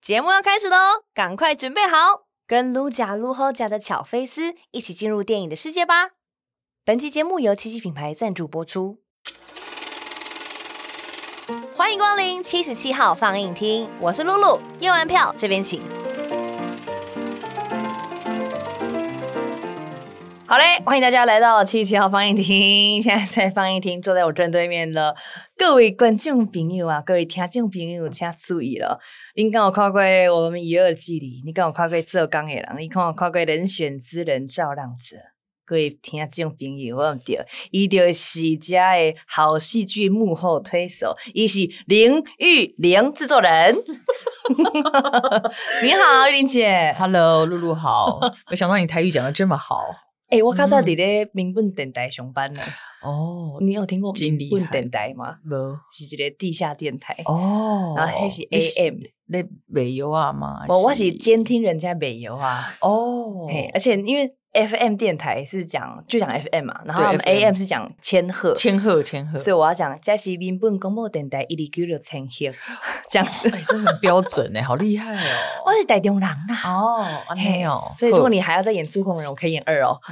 节目要开始喽，赶快准备好，跟撸假撸后假的巧菲斯一起进入电影的世界吧。本期节目由七七品牌赞助播出。欢迎光临77号放映厅，我是露露，验完票这边请。好嘞，欢迎大家来到77号放映厅。现在在放映厅坐在我正对面的各位观众朋友啊，各位听众朋友请注意了，你刚有看过我们与恶的距离，你刚有看过做工的人，你刚有看过人选之人造浪者，各位听众朋友，我唔对，伊就是家的好戏剧幕后推手，伊是林玉玲制作人。你好，玉玲姐。 Hello， 露露好。没想到你台语讲得这么好。 我较早伫咧民本电台上班呢。 哦， 你有听过民本电台吗？ 没， 是一个地下电台。 哦， 然后那是 AM。 你卖油啊吗？ 我是监听人家卖油啊。 哦， 而且因为 FM 电台是讲 FM 嘛，然后我们 AM 是讲千赫，所以我要讲这是民本广播电台129.6千赫，这样子。 真的很标准好厉害哦！ 我是台中人啊。 哦，没有。 所以如果你还要再演助控人，我可以演2哦。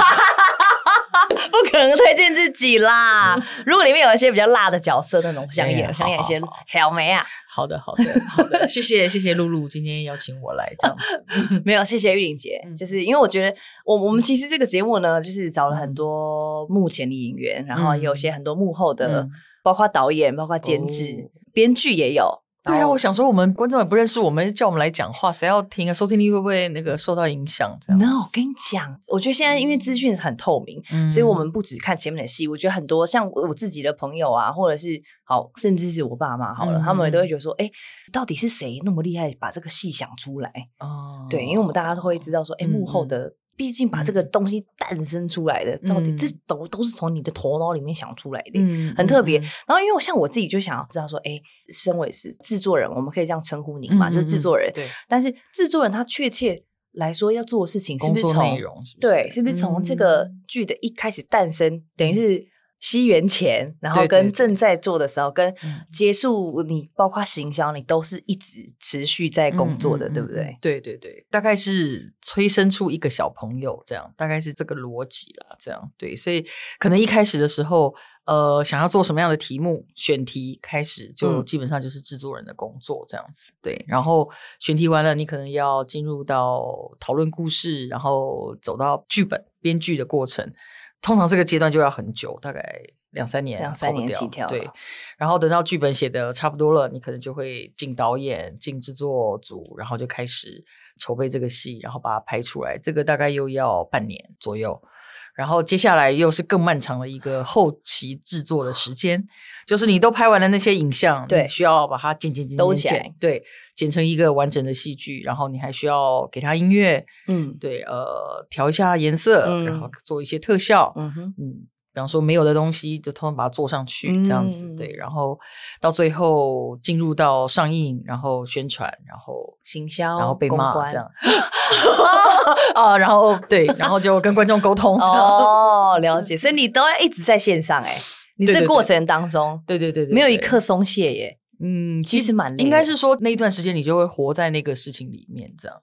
不可能推荐自己啦。如果里面有一些比较辣的角色，那种想演一些小梅啊。 好的，谢谢露露今天邀请我来这样子。 没有，谢谢玉玲姐。就是因为我觉得我们其实这个节目呢，就是找了很多幕前的演员，然后有些很多幕后的，包括导演，包括监制，编剧也有。 对啊，我想说我们观众也不认识我们，叫我们来讲话，谁要听啊？收听率会不会受到影响？这样 ？No， 我跟你讲，我觉得现在因为资讯很透明，所以我们不只看前面的戏。我觉得很多像我自己的朋友啊，或者是甚至是我爸妈好了，他们都会觉得说，到底是谁那么厉害，把这个戏想出来？哦，对，因为我们大家都会知道说，幕后的。毕竟把这个东西诞生出来的，到底这都是从你的头脑里面想出来的，很特别。然后因为像我自己就想要知道说，身为是制作人，我们可以这样称呼您嘛，就是制作人。对。但是制作人他确切来说要做的事情，是不是从内容对，是不是从这个剧的一开始诞生，等于是西元前，然后跟正在做的时候，跟结束，你包括行销，你都是一直持续在工作的，对不对？ 对，大概是催生出一个小朋友，这样大概是这个逻辑啦，这样对，所以可能一开始的时候，想要做什么样的题目，选题开始就基本上就是制作人的工作这样子，对，然后选题完了，你可能要进入到讨论故事，然后走到剧本编剧的过程。通常这个阶段就要很久，大概2-3年起跳。 对，然后等到剧本写的差不多了，你可能就会进导演、进制作组，然后就开始筹备这个戏，然后把它拍出来。这个大概又要半年左右。然后接下来又是更漫长的一个后期制作的时间，就是你都拍完了那些影像， 对， 你需要把它剪兜起来， 对，剪成一个完整的戏剧，然后你还需要给它音乐，对，调一下颜色，然后做一些特效，比方说没有的东西就通通把它做上去，这样子，对，然后到最后进入到上映，然后宣传，然后行销， 然后被骂这样。然后对，然后就跟观众沟通。 了解，所以你都要一直在线上你这过程当中， 对， 没有一刻松懈耶。其实蛮累的， 应该是说那一段时间你就会活在那个事情里面，这样。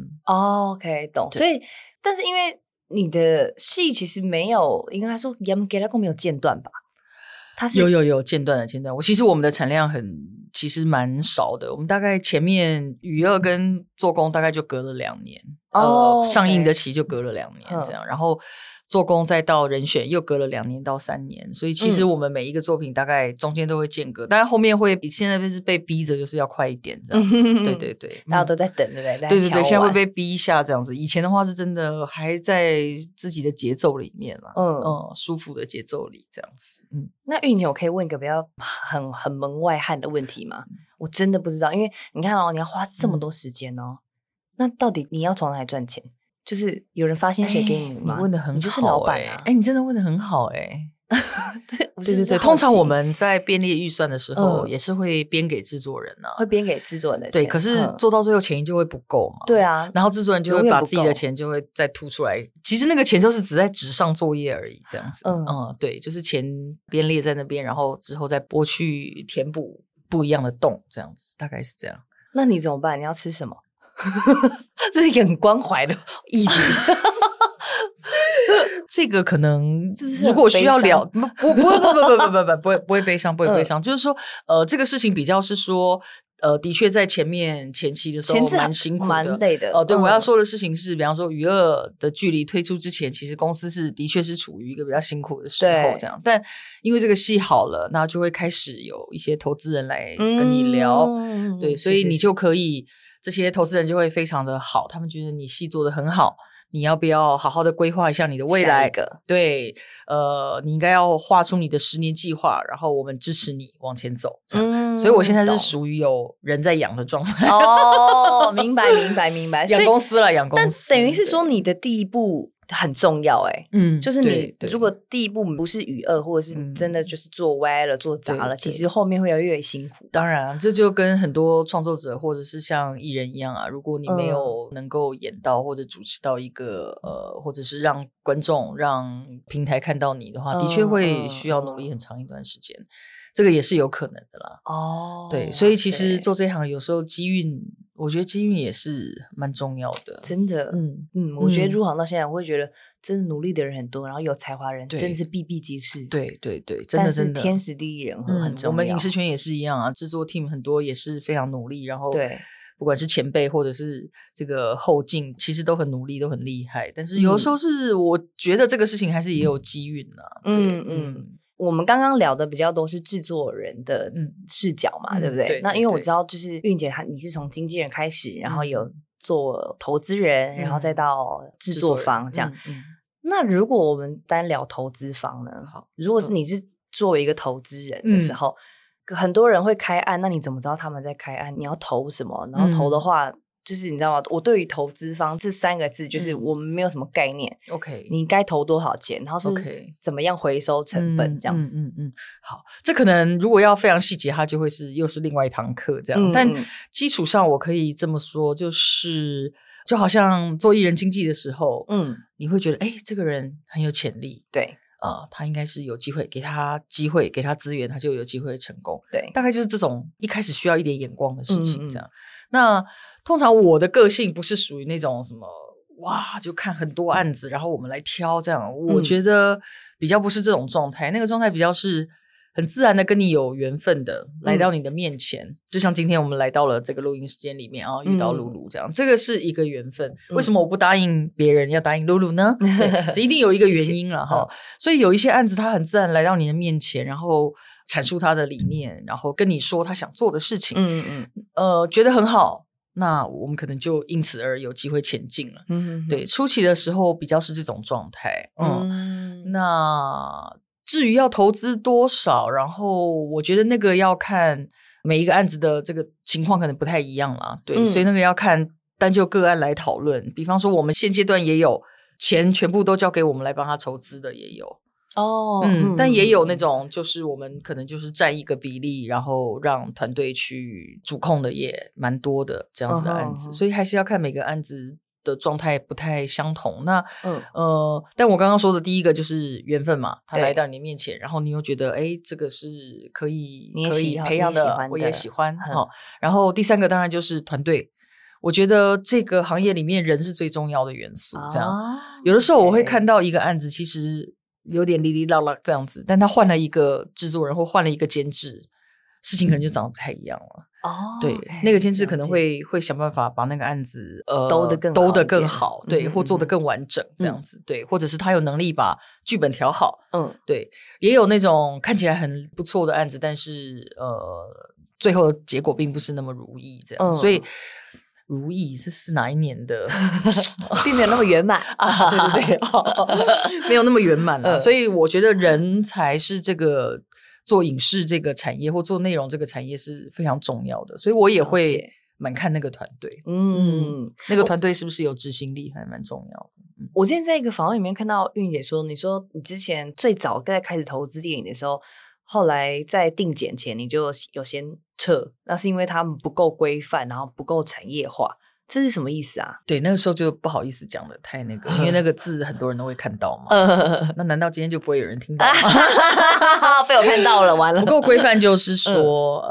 OK， 懂。所以，但是因为你的戏其实没有，应该说严格来说没有间断吧？它是有间断的。其实我们的产量其实蛮少的，我们大概前面与恶跟做工大概就隔了2年，上映的期就隔了2年这样，然后做工再到人选又隔了2年到3年，所以其实我们每一个作品大概中间都会间隔，但是后面会现在是被逼着就是要快一点这样子。对， 大家都在等，对不对？ 对，现在会被逼一下这样子。以前的话是真的还在自己的节奏里面啦，舒服的节奏里这样子。 那玉宁，我可以问一个比较很门外汉的问题吗？我真的不知道，因为你看你要花这么多时间那到底你要从哪里赚钱？就是有人发薪水给你吗？ 你问得很好， 你就是老板啊！ 你真的问得很好对，通常我们在编列预算的时候，也是会编给制作人会编给制作人的钱。 对，可是做到最后钱就会不够嘛。 对啊， 然后制作人就会把自己的钱就会再吐出来。其实那个钱就是只在纸上作业而已，这样子。对，就是钱编列在那边，然后之后再拨去填补不一样的洞，这样子，大概是这样。 那你怎么办？你要吃什么？这是一个很关怀的议题。 这个可能是不是如果需要聊，不会悲伤，不会悲伤。就是说，这个事情比较是说，的确在前期的时候蛮辛苦的， 蛮累的。 对，我要说的事情是，比方说余二的距离推出之前，其实公司的确是处于一个比较辛苦的时候，这样。但因为这个戏好了，那就会开始有一些投资人来跟你聊，对，所以你就可以，这些投资人就会非常的好，他们觉得你戏做得很好。你要不要好好的规划一下你的未来？对，你应该要画出你的10年计划，然后我们支持你往前走。所以我现在是属于有人在养的状态。 哦，明白。 养公司了，养公司。 但等于是说你的第一步很重要就是你如果第一步不是余二，或者是真的就是做歪了、做砸了，其实后面会越来越辛苦。 当然，这就跟很多创作者或者是像艺人一样啊，如果你没有能够演到或者主持到一个或者是让观众、让平台看到你的话，的确会需要努力很长一段时间。这个也是有可能的啦。对，所以其实做这行有时候机运，我觉得机运也是蛮重要的， 真的。我觉得入行到现在，我会觉得真的努力的人很多，然后有才华人真的是比比皆是。 对，真的， 但是天时地利人和很重要。 我们影视圈也是一样啊，制作 team 很多也是非常努力，然后对， 不管是前辈或者是这个后进，其实都很努力，都很厉害。但是有的时候是我觉得这个事情还是也有机运啊。 我们刚刚聊的比较多是制作人的视角嘛，对不对？那因为我知道就是韵姐你是从经纪人开始，然后有做投资人，然后再到制作方这样。那如果我们单聊投资方呢？如果是你是作为一个投资人的时候，很多人会开案，那你怎么知道他们在开案？你要投什么？然后投的话，就是你知道吗？我对于投资方这3个字，就是我们没有什么概念。 OK， 你该投多少钱，然后是怎么样回收成本这样子。 好，这可能如果要非常细节，它就会又是另外一堂课这样。但基础上我可以这么说，就好像做艺人经纪的时候，你会觉得这个人很有潜力， 对。 他应该是有机会，给他机会，给他资源，他就有机会成功。 对， 大概就是这种一开始需要一点眼光的事情，这样。那通常我的个性不是属于那种什么哇，就看很多案子，然后我们来挑这样。我觉得比较不是这种状态，那个状态比较是很自然的跟你有缘分的来到你的面前，就像今天我们来到了这个录音时间里面遇到露露这样，这个是一个缘分。为什么我不答应别人要答应露露呢？这一定有一一个原因了哈。所以有一些案子他很自然来到你的面前，然后阐述他的理念，然后跟你说他想做的事情，觉得很好，那我们可能就因此而有机会前进了。对，初期的时候比较是这种状态。那至于要投资多少，然后我觉得那个要看每一个案子的这个情况可能不太一样啦。对，所以那个要看单就个案来讨论。比方说我们现阶段也有钱全部都交给我们来帮他筹资的也有。但也有那种就是我们可能就是占一个比例，然后让团队去主控的也蛮多的这样子的案子。所以还是要看每个案子的状态不太相同。那但我刚刚说的第一个就是缘分嘛，他来到你面前，然后你又觉得这个是可以培养的，我也喜欢。然后第3个当然就是团队。我觉得这个行业里面人是最重要的元素。这样有的时候我会看到一个案子其实有点哩哩啦啦这样子，但他换了一个制作人或换了一个监制，事情可能就长得不太一样了。对，那个监制可能会想办法把那个案子兜得更好，对，或做得更完整这样子。对，或者是他有能力把剧本调好。对，也有那种看起来很不错的案子，但是最后的结果并不是那么如意这样。所以如意这是哪一年的并没有那么圆满啊？对，没有那么圆满了。所以我觉得人才是这个做影视这个产业或做内容这个产业是非常重要的，所以我也会蛮看那个团队。那个团队是不是有执行力还蛮重要的。 我之前在一个访问里面看到韵姐说，你说你之前最早在开始投资电影的时候，后来在定检前你就有先撤，那是因为他们不够规范，然后不够产业化，这是什么意思啊？ 对，那个时候就不好意思讲的太那个，因为那个字很多人都会看到嘛。那难道今天就不会有人听到吗？ 被我看到了，完了。 不够规范就是说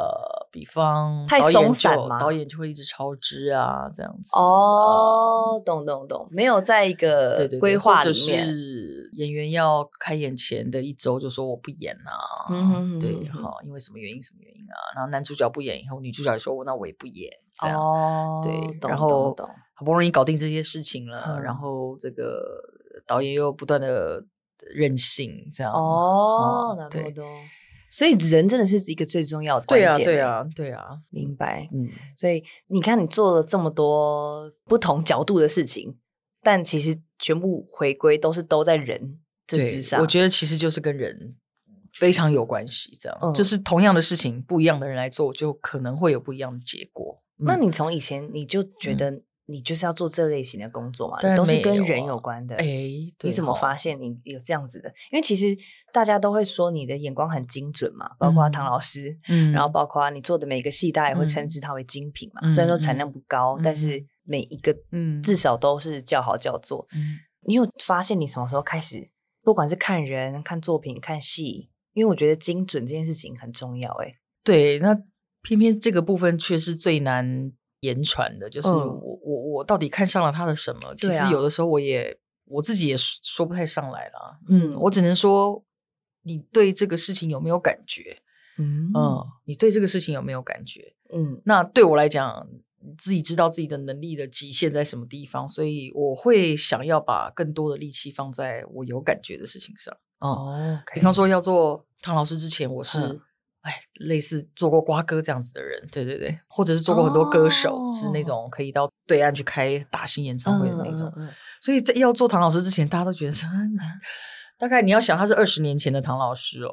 比方太松散吗？ 导演就会一直超支啊，这样子。 懂，没有在一个规划里面。 或者是演员要开演前的1周就说我不演啊，对，因为什么原因啊，然后男主角不演以后，女主角说那我也不演，这样。对，然后好不容易搞定这些事情了，然后这个导演又不断的任性，这样。 对。所以人真的是一个最重要的关键。 对啊， 明白。所以你看，你做了这么多不同角度的事情，但其实全部回归都在人这之上。 我觉得其实就是跟人非常有关系，这样。就是同样的事情，不一样的人来做，就可能会有不一样的结果。 那你从以前你就觉得你就是要做这类型的工作嘛？都是跟人有关的。你怎么发现你有这样子的？因为其实大家都会说你的眼光很精准嘛，包括唐老师，然后包括你做的每个戏，大家也会称之它为精品嘛。虽然说产量不高，但是每一个至少都是叫好叫座。你有发现你什么时候开始，不管是看人、看作品、看戏，因为我觉得精准这件事情很重要。 对，那偏偏这个部分却是最难言传的，就是我到底看上了他的什么？其实有的时候我自己也说不太上来啦。我只能说你对这个事情有没有感觉？你对这个事情有没有感觉？那对我来讲，自己知道自己的能力的极限在什么地方，所以我会想要把更多的力气放在我有感觉的事情上。比方说要做唐老师之前，我是类似做过瓜哥这样子的人，对，或者是做过很多歌手，是那种可以到对岸去开大型演唱会的那种。所以在要做唐老师之前，大家都觉得大概你要想他是20年前的唐老师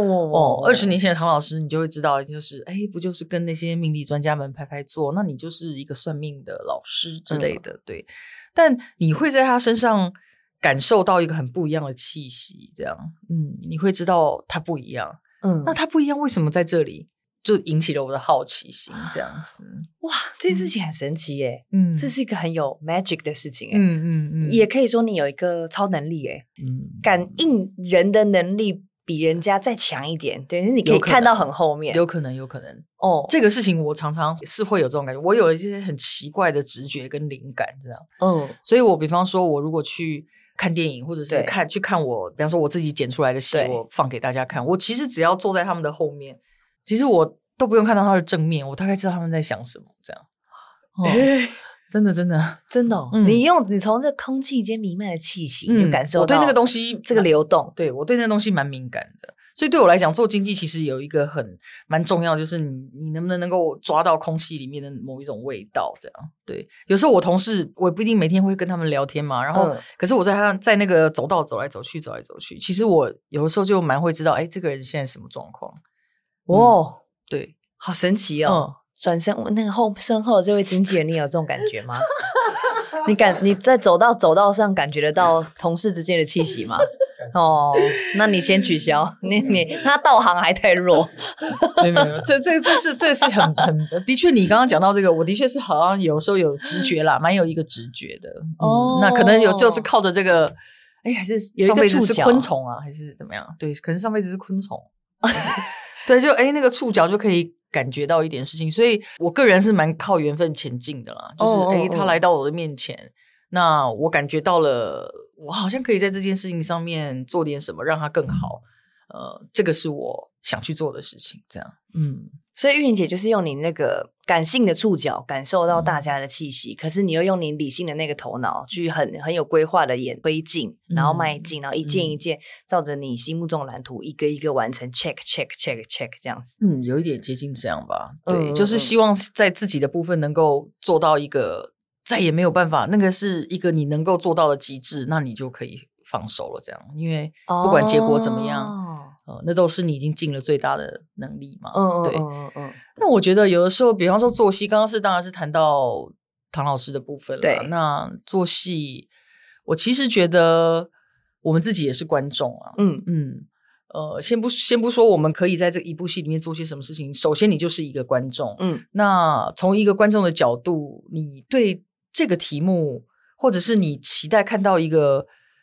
20年前的唐老师，你就会知道，就是不就是跟那些命理专家们排坐，那你就是一个算命的老师之类的，对。但你会在他身上感受到一个很不一样的气息，这样，你会知道他不一样。那他不一样，为什么在这里？就引起了我的好奇心，这样子。 哇，这件事情很神奇耶！这是一个很有 magic 的事情耶。也可以说你有一个超能力耶。感应人的能力比人家再强一点，对，你可以看到很后面。 有可能这个事情我常常是会有这种感觉，我有一些很奇怪的直觉跟灵感，这样。所以我比方说，我如果去看电影，或者是去看我，比方说我自己剪出来的戏，我放给大家看。我其实只要坐在他们的后面，其实我都不用看到他的正面，我大概知道他们在想什么。这样，真的， 你从这空气间弥漫的气息，你就感受到我对那个东西这个流动。 对，我对那个东西蛮敏感的。所以对我来讲，做经济其实有一个蛮重要，就是你能不能够抓到空气里面的某一种味道，这样。对，有时候我同事，我也不一定每天会跟他们聊天嘛，然后可是我在那个走道走来走去，其实我有的时候就蛮会知道，这个人现在什么状况。对， 好神奇哦！转身那个身后的这位经纪人，你有这种感觉吗？你在走道上感觉得到同事之间的气息吗？那你先取消，他导航还太弱。 没有，这是很的确，你刚刚讲到这个，我的确是好像有时候有直觉啦，蛮有一直觉的。那可能就是靠着这个，还是上辈子是昆虫啊，还是怎么样？对，可能上辈子是昆虫。对，就那个触角就可以感觉到一点事情，所以我个人是蛮靠缘分前进的啦。就是他来到我的面前，那我感觉到了，我好像可以在这件事情上面做点什么，让它更好。这个是我想去做的事情，这样。 所以玉玲姐就是用你那个感性的触角感受到大家的气息，可是你又用你理性的那个头脑去很有规划的推进，然后迈进，然后一件一件照着你心目中的蓝图一个一个完成 check 这样子。 有一点接近这样吧。对，就是希望在自己的部分能够做到一个再也没有办法，那个是一个你能够做到的极致，那你就可以放手了，这样。因为不管结果怎么样，那都是你已经尽了最大的能力嘛。对。那我觉得有的时候，比方说做戏，刚刚当然是谈到唐老师的部分了。 对。 那做戏，我其实觉得我们自己也是观众啊。先不说我们可以在这一部戏里面做些什么事情，首先你就是一个观众。那从一个观众的角度，你对这个题目，或者是你期待看到一个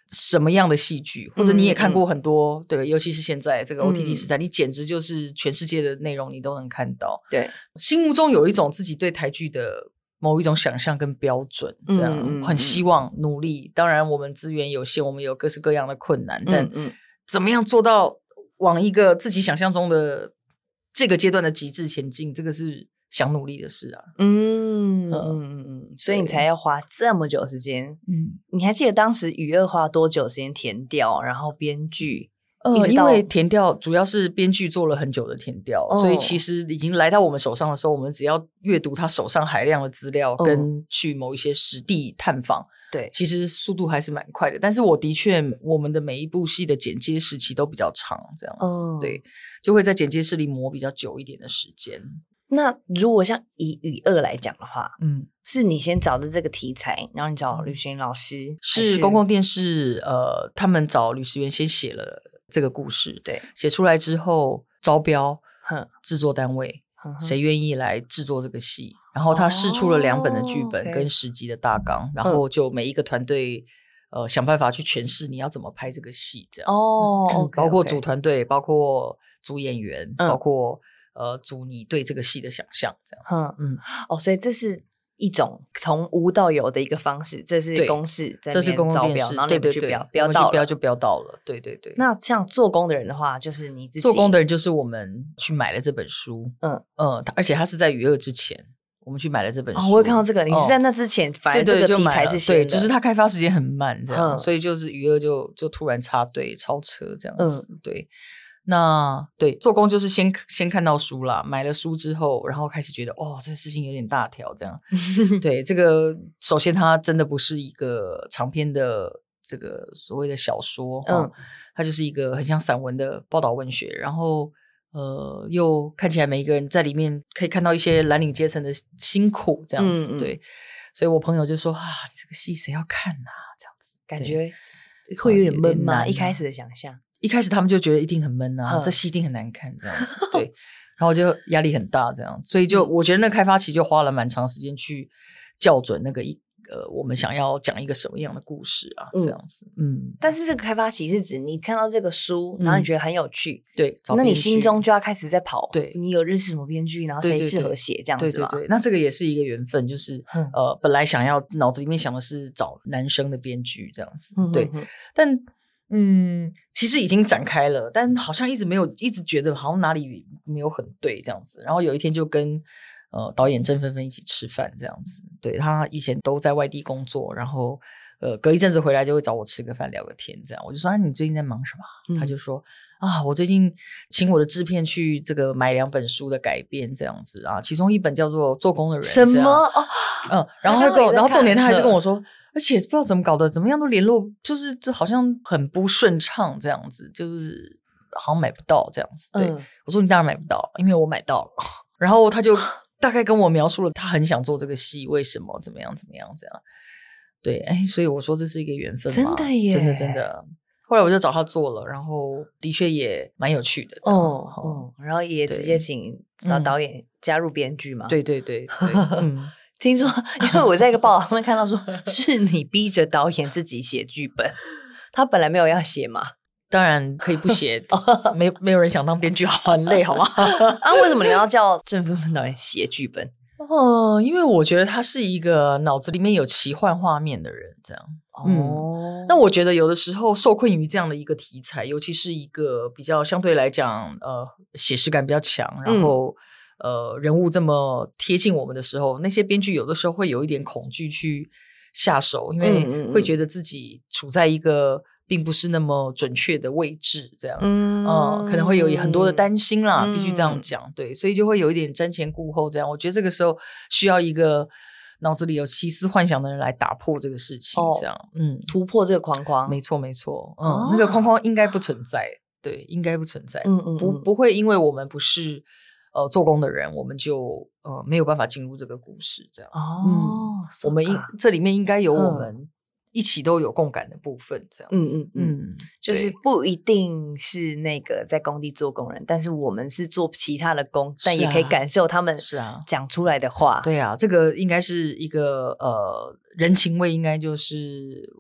什么样的戏剧，或者你也看过很多，对，尤其是现在这个 OTT 时代，你简直就是全世界的内容你都能看到。 对， 心目中有一种自己对台剧的某一种想象跟标准，这样很希望努力。当然我们资源有限，我们有各式各样的困难，但怎么样做到往一个自己想象中的这个阶段的极致前进，这个是想努力的事啊。 所以你才要花这么久的时间。你还记得当时雨二花多久时间填调，然后编剧？ 因为填调主要是编剧做了很久的填调，所以其实已经来到我们手上的时候，我们只要阅读他手上海量的资料，跟去某一些实地探访， 对， 其实速度还是蛮快的。但是我的确，我们的每一部戏的剪接时期都比较长，这样子，对，就会在剪接室里磨比较久一点的时间。 那如果像以雨二来讲的话，是你先找的这个题材，然后你找吕璇老师， 是公共电视他们找吕石原先写了这个故事， 对， 写出来之后招标制作单位，谁愿意来制作这个戏，然后他释出了2本的剧本跟10集的大纲，然后就每一个团队想办法去诠释你要怎么拍这个戏，这样包括组团队，包括组演员，包括组你对这个戏的想象，这样所以这是一种从无到有的一个方式，这是公式， 这是公共电视， 然后你们去标到了， 标就标到了，对对对。 那像做工的人的话，就是你自己做工的人，就是我们去买了这本书，而且他是在雨二之前，我们去买了这本书。 我会看到这个，你是在那之前，反正这个题材是对，只是他开发时间很慢，这样，所以就是雨二就突然插队超车这样子，对。那对做工就是先看到书啦，买了书之后，然后开始觉得这个事情有点大条这样。对，这个首先它真的不是一个长篇的这个所谓的小说，它就是一个很像散文的报道文学，然后又看起来每一个人在里面可以看到一些蓝领阶层的辛苦这样子，对。所以我朋友就说你这个戏谁要看啊？这样子感觉会有点闷吗？一开始的想象。 一开始他们就觉得一定很闷啊，这戏一定很难看这样子，对，然后就压力很大这样，所以就我觉得那开发期就花了蛮长时间去校准那个我们想要讲一个什么样的故事啊，这样子， 但是这个开发期是指你看到这个书，然后你觉得很有趣， 对， 那你心中就要开始在跑， 对， 你有认识什么编剧，然后谁适合写这样子吗？ 对，那这个也是一个缘分，就是本来想要脑子里面想的是找男生的编剧这样子，对，但其实已经展开了，但好像一直觉得好像哪里没有很对这样子。然后有一天就跟导演郑芬芬一起吃饭这样子。对，他以前都在外地工作，然后隔一阵子回来就会找我吃个饭聊个天这样。我就说你最近在忙什么？他就说我最近请我的制片去这个买2本书的改编这样子啊，其中一本叫做《做工的人》。什么？然后重点他还是跟我说。而且不知道怎么搞的，怎么样都联络，就是这好像很不顺畅这样子，就是好像买不到这样子。对，我说你当然买不到，因为我买到了。然后他就大概跟我描述了他很想做这个戏，为什么怎么样这样。对，所以我说这是一个缘分嘛， 真的耶， 真的。后来我就找他做了，然后的确也蛮有趣的。 然后也直接请导演加入编剧嘛。 对。 听说，因为我在一个报道上面看到说，是你逼着导演自己写剧本，他本来没有要写嘛。 当然可以不写，没有人想当编剧，很累，好吗？ 为什么你要叫郑芬芬导演写剧本？ 因为我觉得他是一个脑子里面有奇幻画面的人，这样。那我觉得有的时候受困于这样的一个题材，尤其是一个比较相对来讲，写实感比较强，然后。人物这么贴近我们的时候，那些编剧有的时候会有一点恐惧去下手，因为会觉得自己处在一个并不是那么准确的位置，这样，可能会有很多的担心啦，必须这样讲，对，所以就会有一点瞻前顾后这样。我觉得这个时候需要一个脑子里有奇思幻想的人来打破这个事情，这样， 突破这个框框， 没错，那个框框应该不存在，对，应该不存在，不会因为我们不是。做工的人，我们就没有办法进入这个故事，这样。我们这里面应该有我们一起都有共感的部分，这样子。 就是不一定是那个在工地做工人，但是我们是做其他的工，但也可以感受他们讲出来的话。 对啊，这个应该是一个人情味，应该就是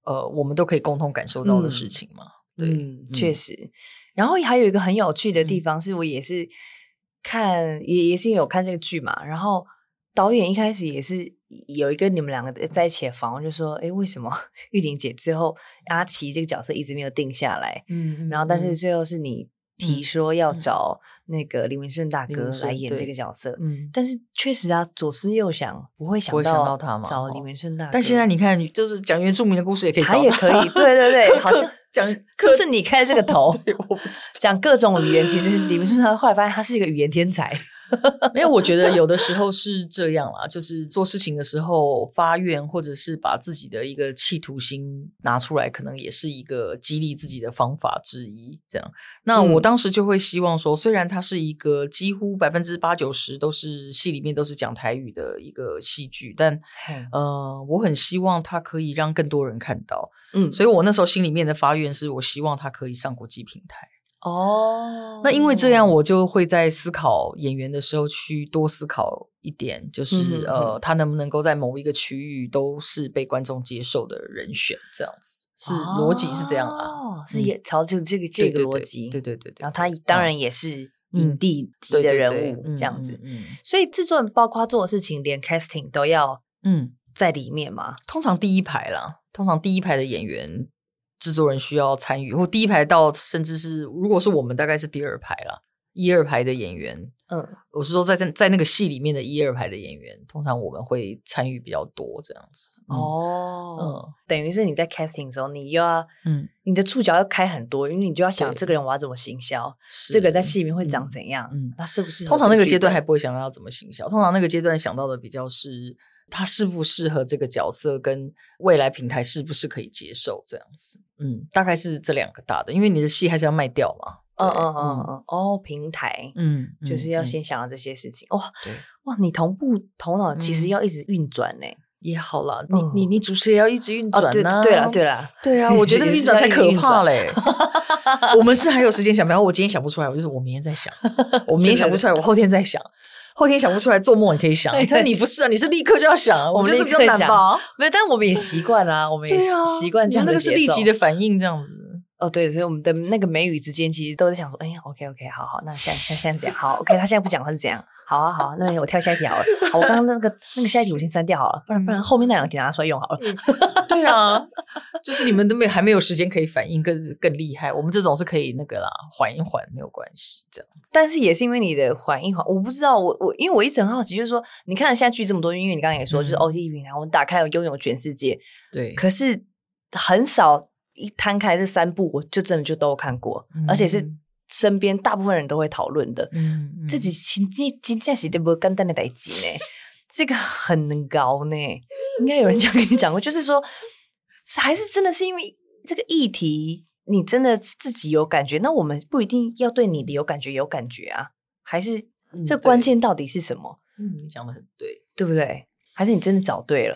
我们都可以共同感受到的事情嘛。对， 确实。然后还有一个很有趣的地方是，我也是看也是有看这个剧嘛，然后导演一开始也是有一个你们两个在一起的访问，就说为什么玉玲姐最后阿奇这个角色一直没有定下来，然后但是最后是你提说要找那个李文顺大哥来演这个角色，但是确实啊，左思右想不会想到他嘛， 找李文顺大哥。 但现在你看，就是讲原住民的故事也可以找他， 也可以，对对对，好像讲是不是你开这个头？ 对，我不知道讲各种语言，其实李文顺大哥后来发现他是一个语言天才。 没有，我觉得有的时候是这样啦，就是做事情的时候发愿，或者是把自己的一个企图心拿出来，可能也是一个激励自己的方法之一。这样，那我当时就会希望说，虽然它是一个几乎80%-90%都是戏里面都是讲台语的一个戏剧，但我很希望它可以让更多人看到。所以我那时候心里面的发愿是我希望它可以上国际平台。那因为这样我就会在思考演员的时候去多思考一点，就是他能不能够在某一个区域都是被观众接受的人选，这样子是逻辑是这样啊， 是也朝这个逻辑， 对， 然后他当然也是影帝级的人物这样子，所以制作人包括做的事情连 casting 都要在里面嘛， 通常第一排的演员制作人需要参与，或第一排到甚至是如果是我们大概是第二排啦，1、2排的演员，我是说在那个戏里面的1、2排的演员，通常我们会参与比较多这样子。 等于是你在 casting 的时候，你又要你的触角要开很多，因为你就要想这个人我要怎么行销，这个在戏里面会长怎样，那是不是通常那个阶段还不会想到要怎么行销，通常那个阶段想到的比较是他适不适合这个角色，跟未来平台是不是可以接受这样子。大概是这2个大的，因为你的戏还是要卖掉嘛。 平台，就是要先想到这些事情。哇，你同步头脑其实要一直运转呢。 也好啦，你主持也要一直运转啊。 对啊， 我觉得运转才可怕嘞。我们是还有时间想，比方我今天想不出来，我就是我明天再想；我明天想不出来，我后天再想。后天想不出来，做梦也可以想。但你不是啊，你是立刻就要想。我们觉得这比较难吧？ 没有，但我们也习惯啦，我们也习惯这样的节奏。 那个是立即的反应，这样子。 对，所以我们的那个眉宇之间其实都在想说，OK，好，那现在怎样？好 ，OK， 他现在不讲话是怎样？好，那我跳下一题好了。好，我刚刚那个下一题我先删掉好了，不然后面那2题拿出来用好了。 对啊，就是你们都还没有时间可以反应更厉害，我们这种是可以那个啦，缓一缓没有关系这样子。 但是也是因为你的缓一缓，我不知道我因为我一直很好奇，就是说你看现在剧这么多，因为你刚刚也说就是 OTT 平台，我们打开了拥有全世界， 对， 可是很少一摊开这3部，我就真的就都看过，而且是身边大部分人都会讨论的。自己真的是不简单的代志呢，这个很高呢。应该有人这样跟你讲过，就是说，还是真的是因为这个议题，你真的自己有感觉，那我们不一定要对你的有感觉啊，还是这关键到底是什么？ 你讲的很对， 对不对？还是你真的找对了？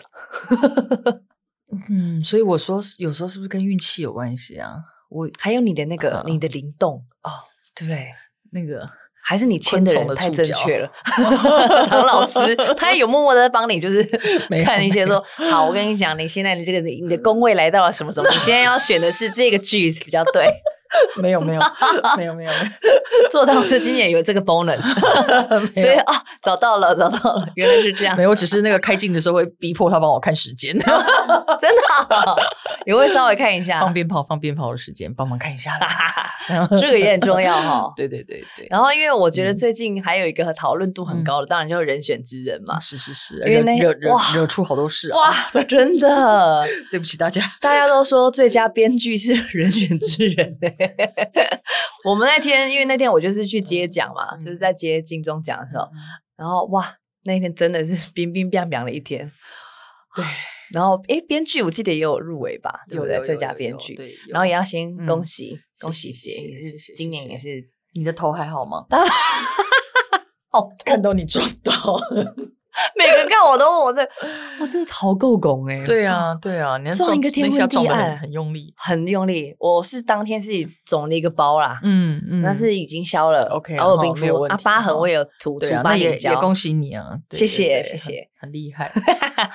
所以我说有时候是不是跟运气有关系啊？ 还有你的那个你的灵动对不对？ 那个还是你签的人太正确了。唐老师他也有默默的帮你，就是看一些说，好，我跟你讲，你现在你的宫位来到了什么什么，你现在要选的是这个剧比较对。 没有， 做到这今年有这个 bonus， 所以找到了，原来是这样。 没有，我只是那个开镜的时候会逼迫他帮我看时间，真的，也会稍微看一下放鞭炮的时间，帮忙看一下啦。 这个也很重要哈。 对。 然后因为我觉得最近还有一个讨论度很高的，当然就是人选之人嘛。 是， 因为惹出好多事啊。 哇，真的， 对不起大家。 大家都说最佳编剧是人选之人。我们因为那天我就是去接奖嘛，就是在接金钟奖的时候，然后哇，那一天真的是冰冰冰冰的一天。对，然后编剧我记得也有入围吧，对不对？最佳编剧，然后也要先恭喜姐，也是今年也是。 你的头还好吗？看到你撞到。 每个人看我都问我真的逃够拱对啊，你撞一个天昏地暗， 很用力。 我是当天是肿了一个包啦，那是已经消了 ，OK， 然后冰敷疤痕我有涂那也疤眼胶， 恭喜你啊， 谢谢， 很厉害。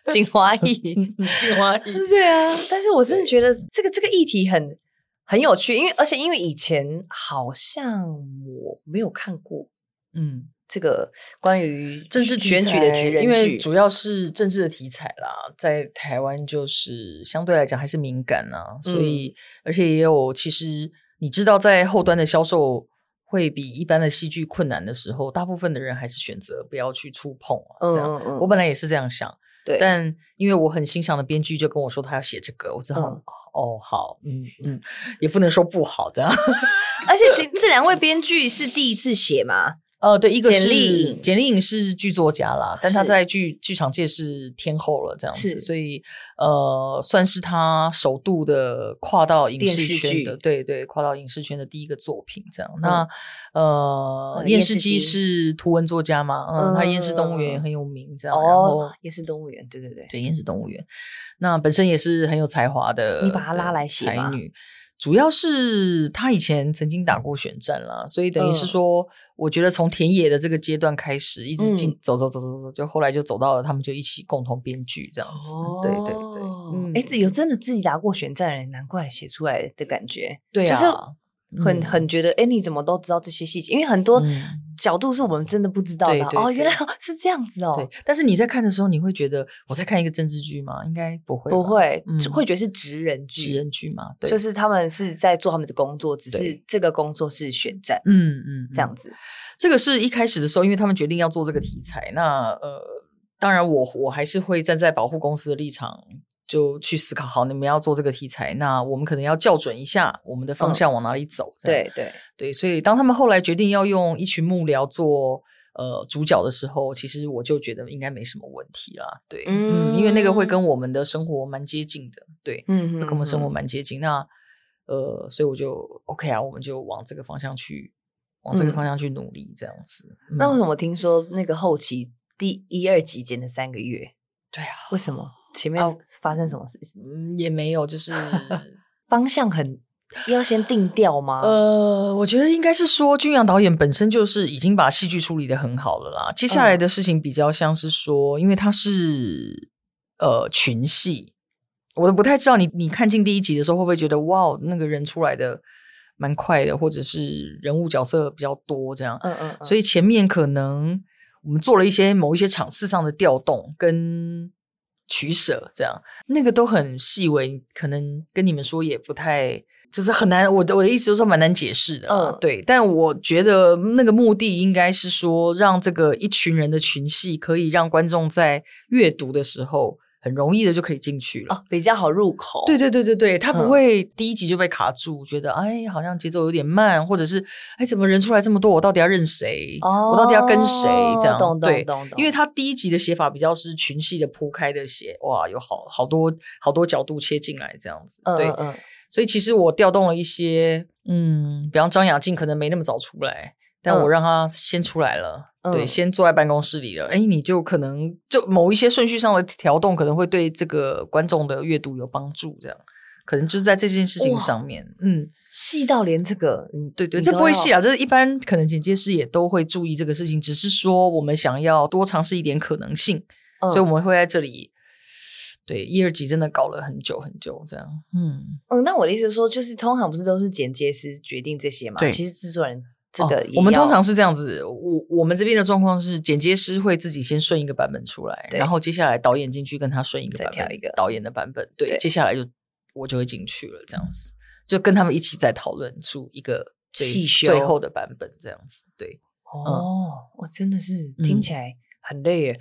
精华液， 精华液， 对啊。但是我真的觉得这个议题很有趣，而且因为以前好像我没有看过，这个关于政治选举的职人剧， 因为主要是政治的题材啦，在台湾就是相对来讲还是敏感啊，所以而且也有，其实你知道，在后端的销售会比一般的戏剧困难的时候，大部分的人还是选择不要去触碰啊。这样，我本来也是这样想， 对， 但因为我很欣赏的编剧就跟我说他要写这个，我知道，好，也不能说不好这样。 而且这两位编剧是第一次写嘛？ 对，一个是简丽颖是剧作家啦，但他在剧场界是天后了这样子，所以算是他首度的跨到影视圈的，对，跨到影视圈的第一个作品这样。那验视机是图文作家嘛，他验视动物园也很有名这样。然后验视动物园，对， 验视动物园，那本身也是很有才华的， 你把他拉来写才女。主要是他以前曾经打过选战啦，所以等于是说，我觉得从田野的这个阶段开始，一直走，就后来就走到了他们就一起共同编剧这样子。对， 有真的自己打过选战的人，难怪写出来的感觉。 对啊， 就是很觉得，你怎么都知道这些细节？因为很多角度是我们真的不知道的。 对， 原来是这样子哦。 对，但是你在看的时候，你会觉得我在看一个政治剧吗？应该不会， 会觉得是职人剧嘛。对， 就是他们是在做他们的工作，只是这个工作是选战。这样子。 这个是一开始的时候，因为他们决定要做这个题材，那当然我还是会站在保护公司的立场。就去思考，好，你们要做这个题材，那我们可能要校准一下我们的方向往哪里走。对，所以当他们后来决定要用一群幕僚做主角的时候，其实我就觉得应该没什么问题啦。对，因为那个会跟我们的生活蛮接近的，对，会跟我们生活蛮接近。那所以我就 OK 啊，我们就往这个方向去努力，这样子。 那为什么听说那个后期第1、2集剪了3个月？ 对啊， 为什么？前面发生什么事情？ 也没有，就是方向要先定调吗？ 我觉得应该是说，君阳导演本身就是已经把戏剧处理得很好了啦。接下来的事情比较像是说，因为它是群戏，我都不太知道你看进第1集的时候会不会觉得哇，那个人出来的蛮快的，或者是人物角色比较多这样。所以前面可能我们做了某一些场次上的调动跟取舍，这样那个都很细微，可能跟你们说也不太，就是很难。我的意思就是蛮难解释的。对，但我觉得那个目的应该是说，让这个一群人的群戏可以让观众在阅读的时候很容易的就可以进去了， 比较好入口。 对，他不会第1集就被卡住，觉得好像节奏有点慢，或者是怎么人出来这么多，我到底要认谁？我到底要跟谁？这样懂。 因为他第1集的写法比较是群戏的铺开的写，哇，有好多角度切进来这样子。对，所以其实我调动了一些，比方张雅静可能没那么早出来。但我让他先出来了，对，先坐在办公室里了。你就可能就某一些顺序上的调动，可能会对这个观众的阅读有帮助。这样，可能就是在这件事情上面， 细到连这个， 对，这不会细啊，这是一般可能剪接师也都会注意这个事情，只是说我们想要多尝试一点可能性，所以我们会在这里。对，1、2集真的搞了很久这样。 那我的意思是说，就是通常不是都是剪接师决定这些嘛？ 对， 其实制作人。这个我们通常是这样子，我们这边的状况是剪接师会自己先顺一个版本出来，然后接下来导演进去跟他顺一个版本，再挑一个导演的版本，对，接下来我就会进去了，这样子就跟他们一起再讨论出一个最后的版本，这样子。对， 我真的是听起来很累耶，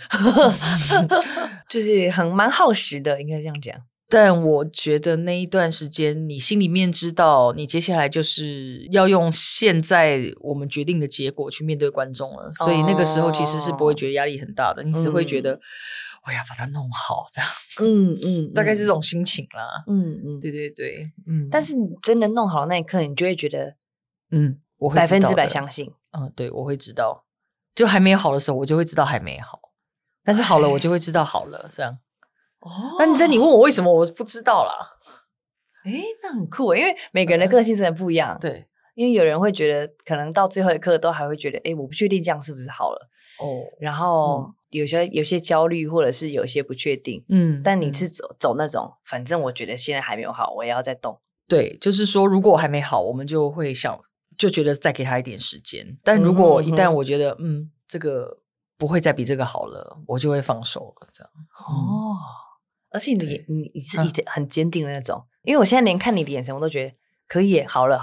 就是蛮耗时的，应该这样讲。 但我觉得那一段时间，你心里面知道，你接下来就是要用现在我们决定的结果去面对观众了，所以那个时候其实是不会觉得压力很大的，你只会觉得我要把它弄好，这样，大概是这种心情啦，对， 但是你真的弄好的那一刻，你就会觉得， 我会 100%相信， 对，我会知道，就还没好的时候，我就会知道还没好，但是好了，我就会知道好了，这样。但你问我为什么，我不知道啦。 那很酷，因为每个人的个性真的不一样。 对， 因为有人会觉得，可能到最后一刻都还会觉得，我不确定这样是不是好了。然后有些焦虑，或者是有些不确定，但你是走那种，反正我觉得现在还没有好，我也要再动。 对，就是说如果我还没好，我们就会就觉得再给他一点时间，但如果一旦我觉得这个不会再比这个好了，我就会放手了，这样。 而且你是很坚定的那种，因为我现在连看你的眼神我都觉得可以耶，好了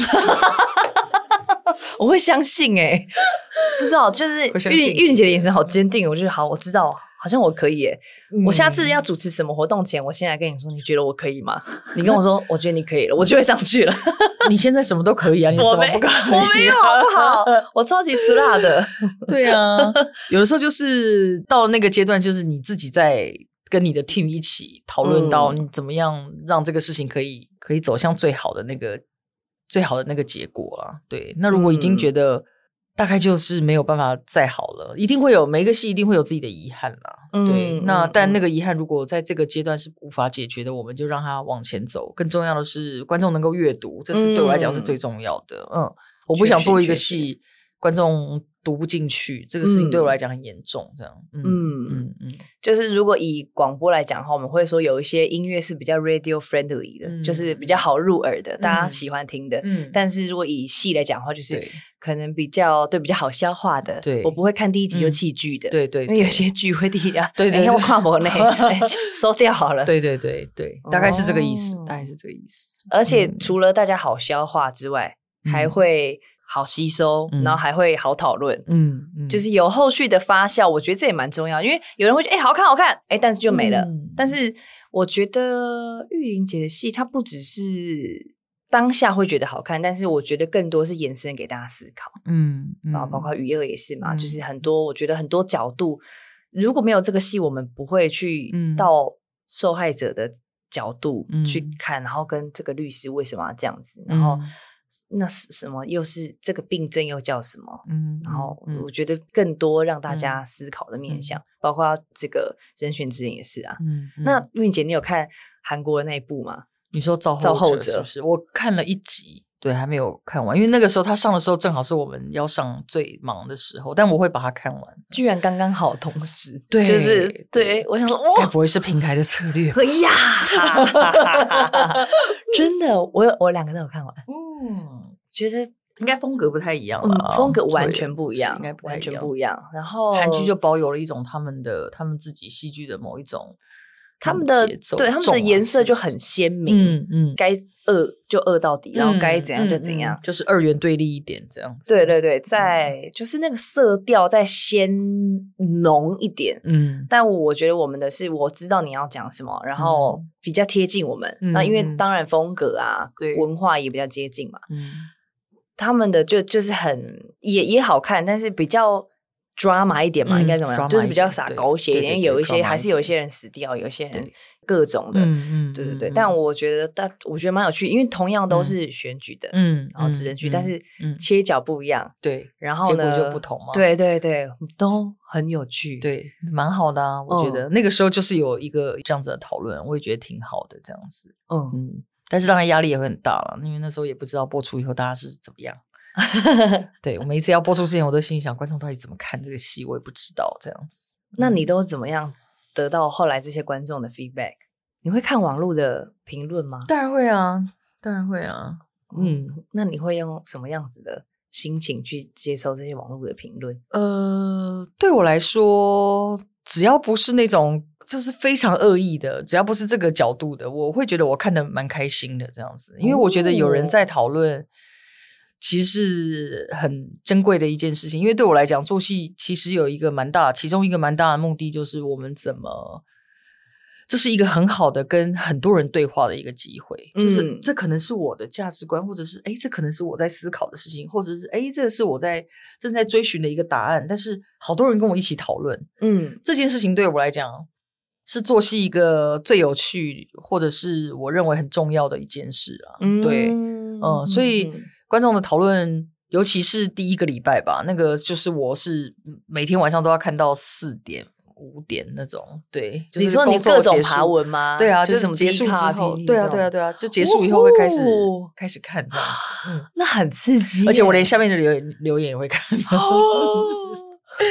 我会相信耶，不知道，就是玉玲姐的眼神好坚定，我就好，我知道，好像我可以耶。我下次要主持什么活动前，我先来跟你说，你觉得我可以吗？你跟我说我觉得你可以了，我就会上去了。 你现在什么都可以啊，你什么不可以？ 我没有好不好？我超级吃辣的。 对啊，有的时候就是到那个阶段，就是你自己在跟你的 team 一起讨论到你怎么样让这个事情可以走向最好的那个结果啊。对，那如果已经觉得大概就是没有办法再好了，一定会有每一个戏一定会有自己的遗憾啦。对，但那个遗憾如果在这个阶段是无法解决的，我们就让它往前走。更重要的是观众能够阅读，这是对我来讲是最重要的。我不想做一个戏观众读不进去，这个事情对我来讲很严重。这样， 就是如果以广播来讲的话，我们会说有一些音乐是比较 radio friendly 的，就是比较好入耳的，大家喜欢听的。但是如果以戏来讲的话，就是可能比较好消化的。对，我不会看第一集就弃剧的。对，因为有些剧会第一集，对，我看不呢，收掉好了。 对，大概是这个意思， 而且除了大家好消化之外，还会好吸收，然后还会好讨论，就是有后续的发酵，我觉得这也蛮重要，因为有人会觉得好看，但是就没了。但是我觉得玉玲姐的戏，它不只是当下会觉得好看，但是我觉得更多是延伸给大家思考，然后包括娱乐也是嘛，就是很多我觉得很多角度，如果没有这个戏，我们不会去到受害者的角度去看，然后跟这个律师为什么要这样子，然后那是什么？又是这个病症又叫什么？然后我觉得更多让大家思考的面向，包括这个人选之人也是啊。那玉玲姐，你有看韩国的那一部吗？ 你说造后者是不是？我看了1集，对，还没有看完，因为那个时候他上的时候正好是我们要上最忙的时候，但我会把它看完。 居然刚刚好同时， 对， 就是对我想说， 该不会是平台的策略？ 呀，真的，我2个都有看完。觉得应该风格不太一样吧？ 风格完全不一样， 应该完全不一样。然后韩剧就保有了一种他们自己戏剧的某一种他们的对他们的颜色就很鲜明，该恶就恶到底，然后该怎样就怎样， 就是二元对立一点这样子。 对，在就是那个色调再鲜浓一点，但我觉得我们的是我知道你要讲什么，然后比较贴近我们。那因为当然风格啊，文化也比较接近嘛，他们的就是很也好看，但是比较drama 一点嘛，应该怎么样？就是比较洒狗血一点，有一些还是有一些人死掉，有一些人各种的，对。但我觉得蛮有趣，因为同样都是选举的，然后职人剧，但是切角不一样， 对， 然后呢结果就不同嘛， 对，都很有趣， 对，蛮好的啊。我觉得那个时候就是有一个这样子的讨论，我也觉得挺好的，这样子，但是当然压力也会很大了，因为那时候也不知道播出以后大家是怎么样。对，我每一次要播出之前，我都心想观众到底怎么看这个戏，我也不知道这样子。 那你都怎么样得到后来这些观众的 feedback？ 你会看网络的评论吗？ 当然会啊。 那你会用什么样子的心情去接受这些网络的评论？ 对我来说，只要不是那种就是非常恶意的，只要不是这个角度的，我会觉得我看得蛮开心的这样子，因为我觉得有人在讨论其实是很珍贵的一件事情。因为对我来讲，做戏其实有一个其中一个蛮大的目的，就是我们这是一个很好的跟很多人对话的一个机会，就是这可能是我的价值观，或者是这可能是我在思考的事情，或者是这是我正在追寻的一个答案，但是好多人跟我一起讨论，这件事情对我来讲是做戏一个最有趣，或者是我认为很重要的一件事啊。对，所以观众的讨论，尤其是第一个礼拜吧，那个就是我是每天晚上都要看到4点5点那种。对，就是你说你各种爬文吗？ 对啊， 就是什么结束之后，对啊，就结束以后会开始看这样子。 那很刺激， 而且我连下面的留言也会看。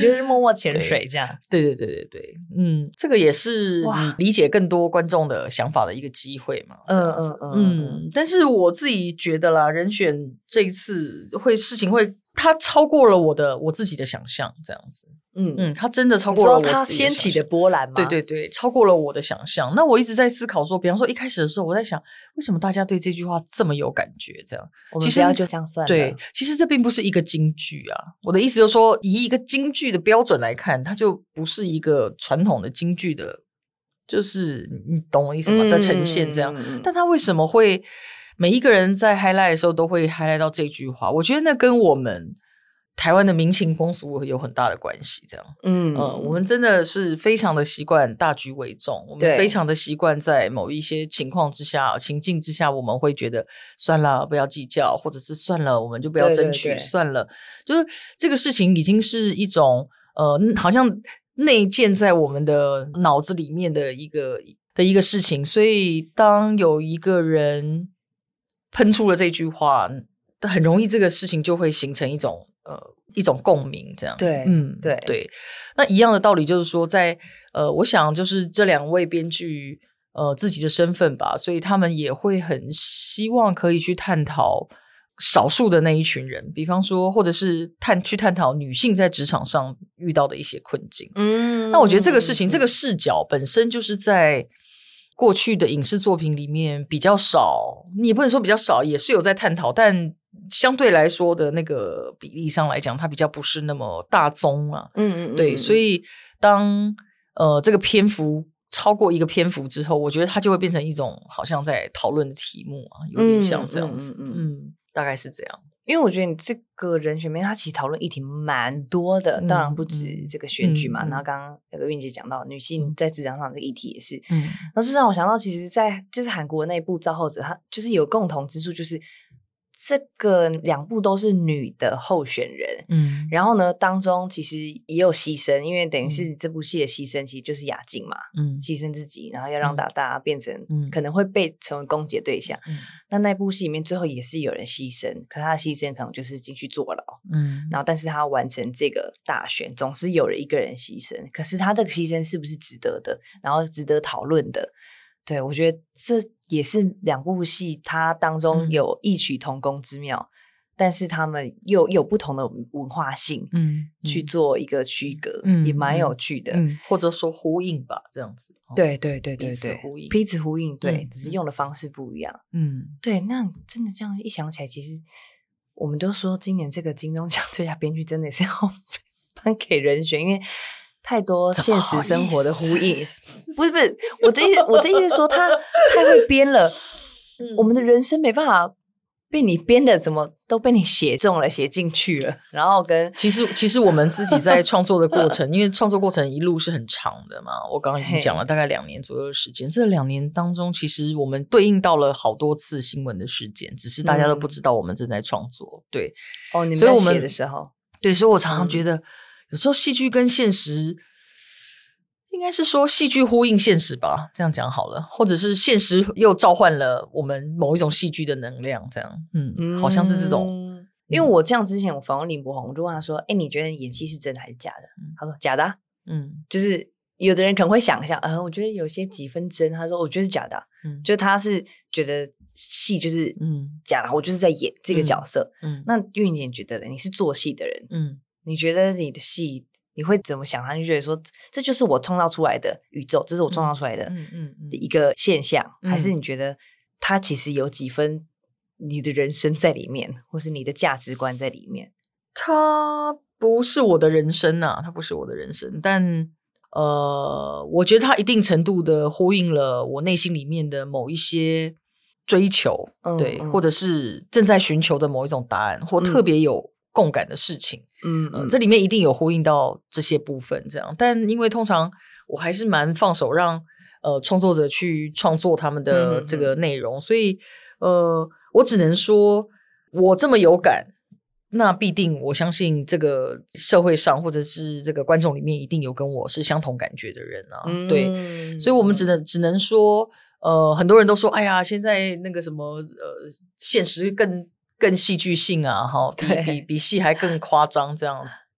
就是默默潜水这样。 对，这个也是你理解更多观众的想法的一个机会嘛。但是我自己觉得啦，人选这一次事情会，它超过了我自己的想象，这样子。它真的超过了我自己的想象。 你说它掀起的波澜吗？ 对，超过了我的想象。那我一直在思考说，比方说一开始的时候，我在想，为什么大家对这句话这么有感觉？这样， 我们不要就这样算了。 对，其实这并不是一个金句啊。我的意思就是说，以一个金句的标准来看，它就不是一个传统的金句的，就是你懂我意思吗？的呈现这样。但它为什么会每一个人在 highlight 的时候都会 highlight 到这句话？我觉得那跟我们台湾的民情风俗有很大的关系，这样。我们真的是非常的习惯大局为重，我们非常的习惯在某一些情况之下、情境之下，我们会觉得算了，不要计较，或者是算了，我们就不要争取，算了。就是这个事情已经是一种好像内建在我们的脑子里面的一个事情，所以当有一个人喷出了这句话，很容易这个事情就会形成一种共鸣，这样。对。那一样的道理就是说，在我想就是这两位编剧自己的身份吧，所以他们也会很希望可以去探讨少数的那一群人，比方说或者是去探讨女性在职场上遇到的一些困境。那我觉得这个事情这个视角本身就是在过去的影视作品里面比较少，你也不能说比较少，也是有在探讨，但相对来说的那个比例上来讲，它比较不是那么大宗啊。对，所以当这个篇幅超过一个篇幅之后，我觉得它就会变成一种好像在讨论的题目啊，有点像这样子。大概是这样。 因为我觉得你这个人选面，他其实讨论议题蛮多的，当然不止这个选举嘛。然后刚刚那个韵姐讲到女性在职场上这个议题也是，然后这让我想到，其实在就是韩国那一部《造后者》，它就是有共同之处，就是这个两部都是女的候选人，然后呢当中其实也有牺牲，因为等于是这部戏的牺牲其实就是雅静嘛，牺牲自己，然后要让大家变成可能会被成为攻击的对象。那部戏里面最后也是有人牺牲，可他的牺牲可能就是进去坐牢，然后但是他要完成这个大选，总是有一个人牺牲，可是他这个牺牲是不是值得的，然后值得讨论的？对，我觉得这也是两部戏它当中有异曲同工之妙，但是他们又有不同的文化性去做一个区隔，也蛮有趣的， 或者说呼应吧，这样子。 对，彼此呼应，对，只是用的方式不一样。对，那真的这样一想起来，其实我们都说今年这个金钟奖最佳编剧真的是要颁给人选，因为太多现实生活的呼应。不是我这意思说他太会编了，我们的人生没办法被你编的怎么都被你写中了，写进去了。然后其实我们自己在创作的过程因为创作过程一路是很长的嘛，我刚刚已经讲了大概2年左右的时间，这2年当中其实我们对应到了好多次新闻的事件，只是大家都不知道我们正在创作。对， 你们在写的时候， 对，所以我常常觉得有时候戏剧跟现实，应该是说戏剧呼应现实吧，这样讲好了，或者是现实又召唤了我们某一种戏剧的能量，这样。好像是这种。 因为我这样之前我访问林柏宏，我就问他说：“你觉得演戏是真的还是假的？”他说：“假的啊。”就是有的人可能会想象，我觉得有些几分真。他说：“我觉得是假的啊。”就他是觉得戏就是假的，我就是在演这个角色。那韵姐觉得呢？你是做戏的人，你觉得你的戏？你会怎么想？他就觉得说，这就是我创造出来的宇宙，这是我创造出来的一个现象，还是你觉得它其实有几分你的人生在里面，或是你的价值观在里面？ 它不是我的人生啊，它不是我的人生，但我觉得它一定程度的呼应了我内心里面的某一些追求，对，或者是正在寻求的某一种答案，或特别有共感的事情。这里面一定有呼应到这些部分，这样。但因为通常我还是蛮放手让创作者去创作他们的这个内容，所以我只能说，我这么有感，那必定我相信这个社会上或者是这个观众里面一定有跟我是相同感觉的人啊。对，所以我们只能说，很多人都说，哎呀，现在那个什么现实更戏剧性啊，比戏还更夸张这样。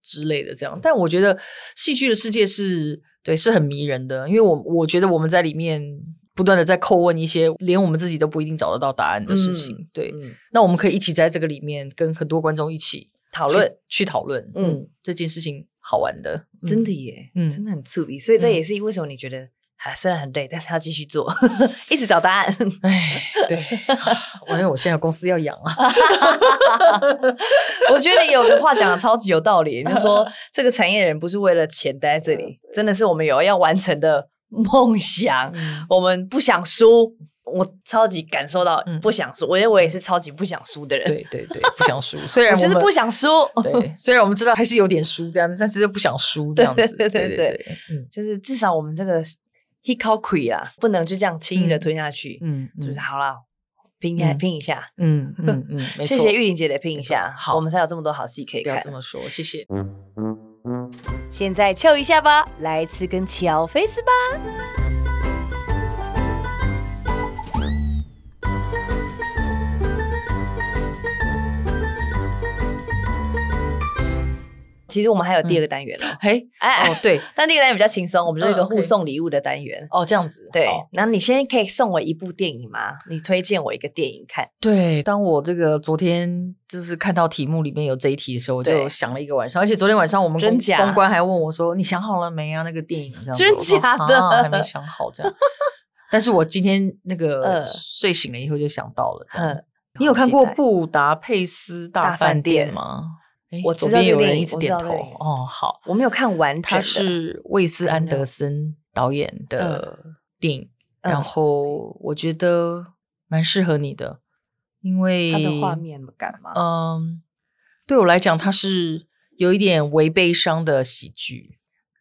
之类的这样。但我觉得戏剧的世界是很迷人的，因为我觉得我们在里面不断的在叩问一些连我们自己都不一定找得到答案的事情。对，那我们可以一起在这个里面跟很多观众一起讨论去讨论这件事情好玩的， 真的耶，真的很触笔。所以这也是为什么你觉得虽然很累，但是要继续做一直找答案。 对因为我现在有公司要养啊。 我觉得有个话讲的超级有道理，就是说这个产业的人不是为了钱待在这里，真的是我们有要完成的梦想，我们不想输。我超级感受到不想输，我觉得我也是超级不想输的人。 对，不想输。虽然我就是不想输， 对，虽然我们知道还是有点输这样子，但是又不想输这样子。对， 就是至少我们这个一口气啊，不能就这样轻易的吞下去。就是好啦，拼一下。没错，谢谢玉玲姐的拼一下，好，我们才有这么多好戏可以看。 不要这么说，谢谢。 现在翘一下吧，来吃根巧菲斯吧。其实我们还有第二个单元对， 但第一个单元比较轻松，我们就是一个互送礼物的单元。 这样子。 对，然后你先可以送我一部电影吗？你推荐我一个电影看。 对，当我这个昨天就是看到题目里面有这一题的时候，我就想了一个晚上，而且昨天晚上我们公关还问我说：“你想好了没啊？那个电影这样子。” 真假的？ 还没想好这样。但是我今天那个睡醒了以后就想到了。你有看过《布达佩斯大饭店》吗？ 我知道有人一直点头。好， 我没有看完整的。 它是魏斯安德森导演的电影，然后我觉得蛮适合你的，因为它的画面感嘛。 对我来讲，它是有一点微悲伤的喜剧。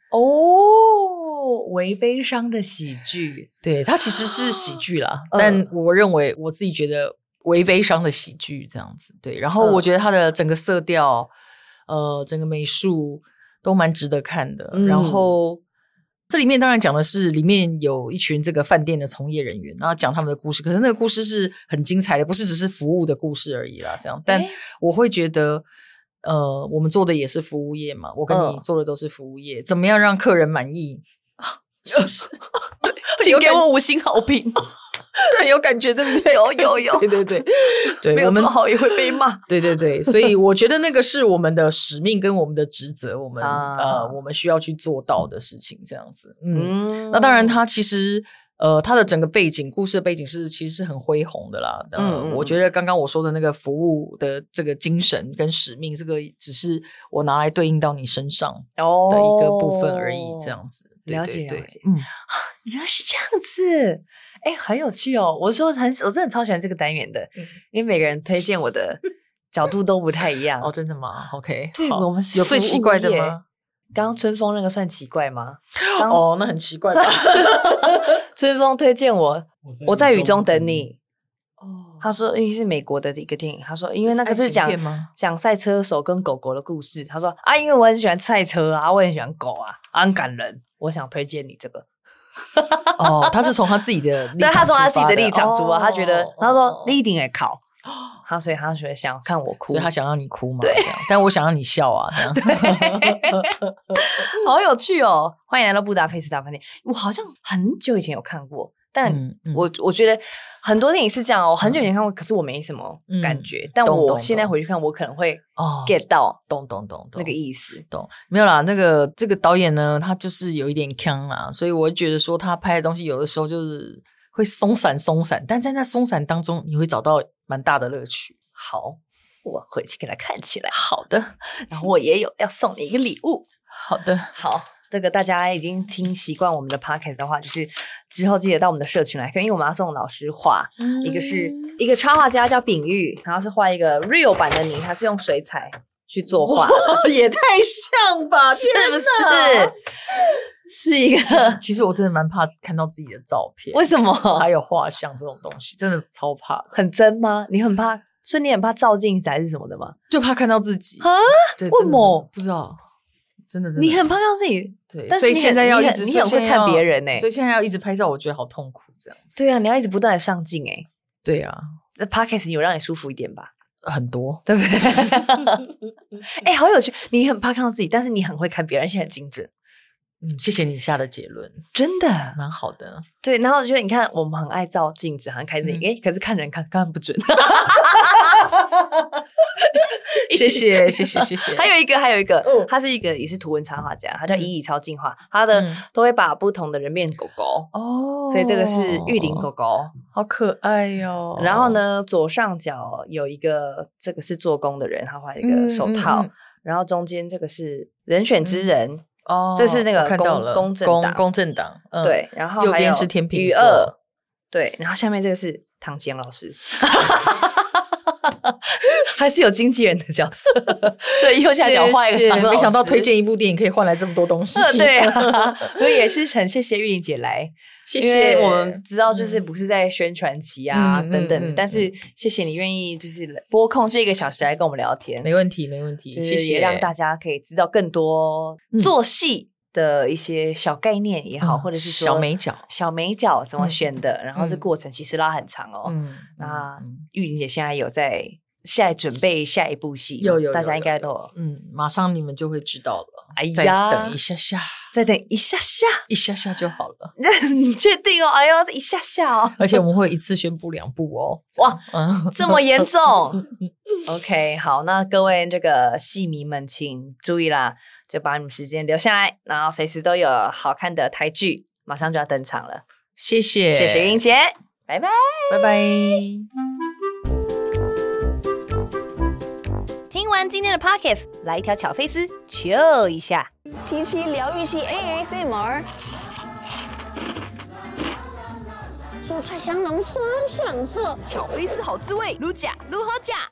微悲伤的喜剧。 对，它其实是喜剧啦，但我认为我自己觉得微悲伤的喜剧这样子。对，然后我觉得它的整个色调整个美术都蛮值得看的。然后这里面当然讲的是里面有一群这个饭店的从业人员，然后讲他们的故事，可是那个故事是很精彩的，不是只是服务的故事而已啦这样。但我会觉得我们做的也是服务业嘛，我跟你做的都是服务业，怎么样让客人满意是不是？ 对，请给我5星好评。 对，有感觉对不对？ 有。 对， 没有做好也会被骂。 对，所以我觉得那个是我们的使命跟我们的职责，我们需要去做到的事情这样子。那当然它其实它的整个背景故事的背景其实是很恢宏的啦。我觉得刚刚我说的那个服务的这个精神跟使命，这个只是我拿来对应到你身上的一个部分而已这样子。 了解。原来是这样子。很有趣哦！我真的超喜欢这个单元的，因为每个人推荐我的角度都不太一样。 真的吗 ？OK， 对，我们是有最奇怪的吗？ 刚刚春风那个算奇怪吗？ 那很奇怪吧。 春风推荐我在雨中等你。他说因为是美国的一个电影，他说因为那个是讲赛车手跟狗狗的故事。他说因为我很喜欢赛车啊，我很喜欢狗啊，很感人，我想推荐你这个。 他是从他自己的立场出发的。 对，他从他自己的立场出发，他觉得他说你一定会考，所以他觉得想看我哭， 所以他想让你哭嘛。 对， 但我想让你笑啊，这样。 好有趣哦！欢迎来到布达佩斯大饭店。我好像很久以前有看过，但我觉得很多电影是这样，我很久以前看过，可是我没什么感觉。但我现在回去看，我可能会 get 到懂那个意思。 懂没有啦？这个导演呢，他就是有一点呛啦，所以我觉得说他拍的东西有的时候就是会松散，但在那松散当中，你会找到蛮大的乐趣。 好，我回去给他看起来。 好的， 然后我也有要送你一个礼物。 好的， 好。这个大家已经听习惯我们的 podcast 的话，就是之后记得到我们的社群来看，因为我们要送老师画，一个是一个插画家叫秉玉，然后是画一个 real 版的你，他是用水彩去作画的， 也太像吧， 是不是？是一个其实我真的蛮怕看到自己的照片。 为什么？ 还有画像这种东西，真的超怕的。 很真吗？你很怕？所以你很怕照镜子还是什么的吗？ 就怕看到自己啊？为什么？ 不知道。真的， 你很怕看到自己， 对， 但是所以现在要一直， 你很会看别人所以现在要一直拍照，我觉得好痛苦，这样子。 对啊，你要一直不断的上镜， 对啊， 这 podcast 有让你舒服一点吧？ 很多， 对不对？好有趣，你很怕看到自己，但是你很会看别人，而且很精准。 谢谢你下的结论， 真的蛮好的。 对，然后我觉得你看，我们很爱照镜子，很看自己，可是看人看不准。 谢谢。 还有一个，他是一个也是图文插画家，他叫以超进化，他的都会把不同的人变狗狗哦，所以这个是玉林狗狗， 好可爱哟。 然后呢，左上角有一个，这个是做工的人，他画了一个手套，然后中间这个是人选之人。这是那个公正党，对，然后右边是天秤座，2，对，然后下面这个是唐吉阳老师，还是有经纪人的角色，所以右下角画一个唐老师。 没想到推荐一部电影可以换来这么多东西， 对啊，我也是很谢谢玉玲姐来。 谢谢， 因为我们知道就是不是在宣传期啊等等，但是谢谢你愿意就是拨空这1个小时来跟我们聊天， 没问题，谢谢， 也让大家可以知道更多做戏的一些小概念也好，或者是说小美角怎么选的，然后这过程其实拉很长哦。那玉玲姐现在有在准备下一部戏， 有， 大家应该都有， 马上你们就会知道了。 哎呀， 再等一下就好了。 你确定哦？哎呦，一下哦！ 而且我们会一次宣布2部哦。 哇，这么严重？OK， 好，那各位这个戏迷们请注意啦，就把你们时间留下来，然后随时都有好看的台剧马上就要登场了。 谢谢玉玲姐，拜拜。听完今天的 Podcast， 来一条巧飞丝，chill一下。 七七疗愈系 ASMR， 蔬菜香浓酸享受， 巧飞丝好滋味，撸假如何假？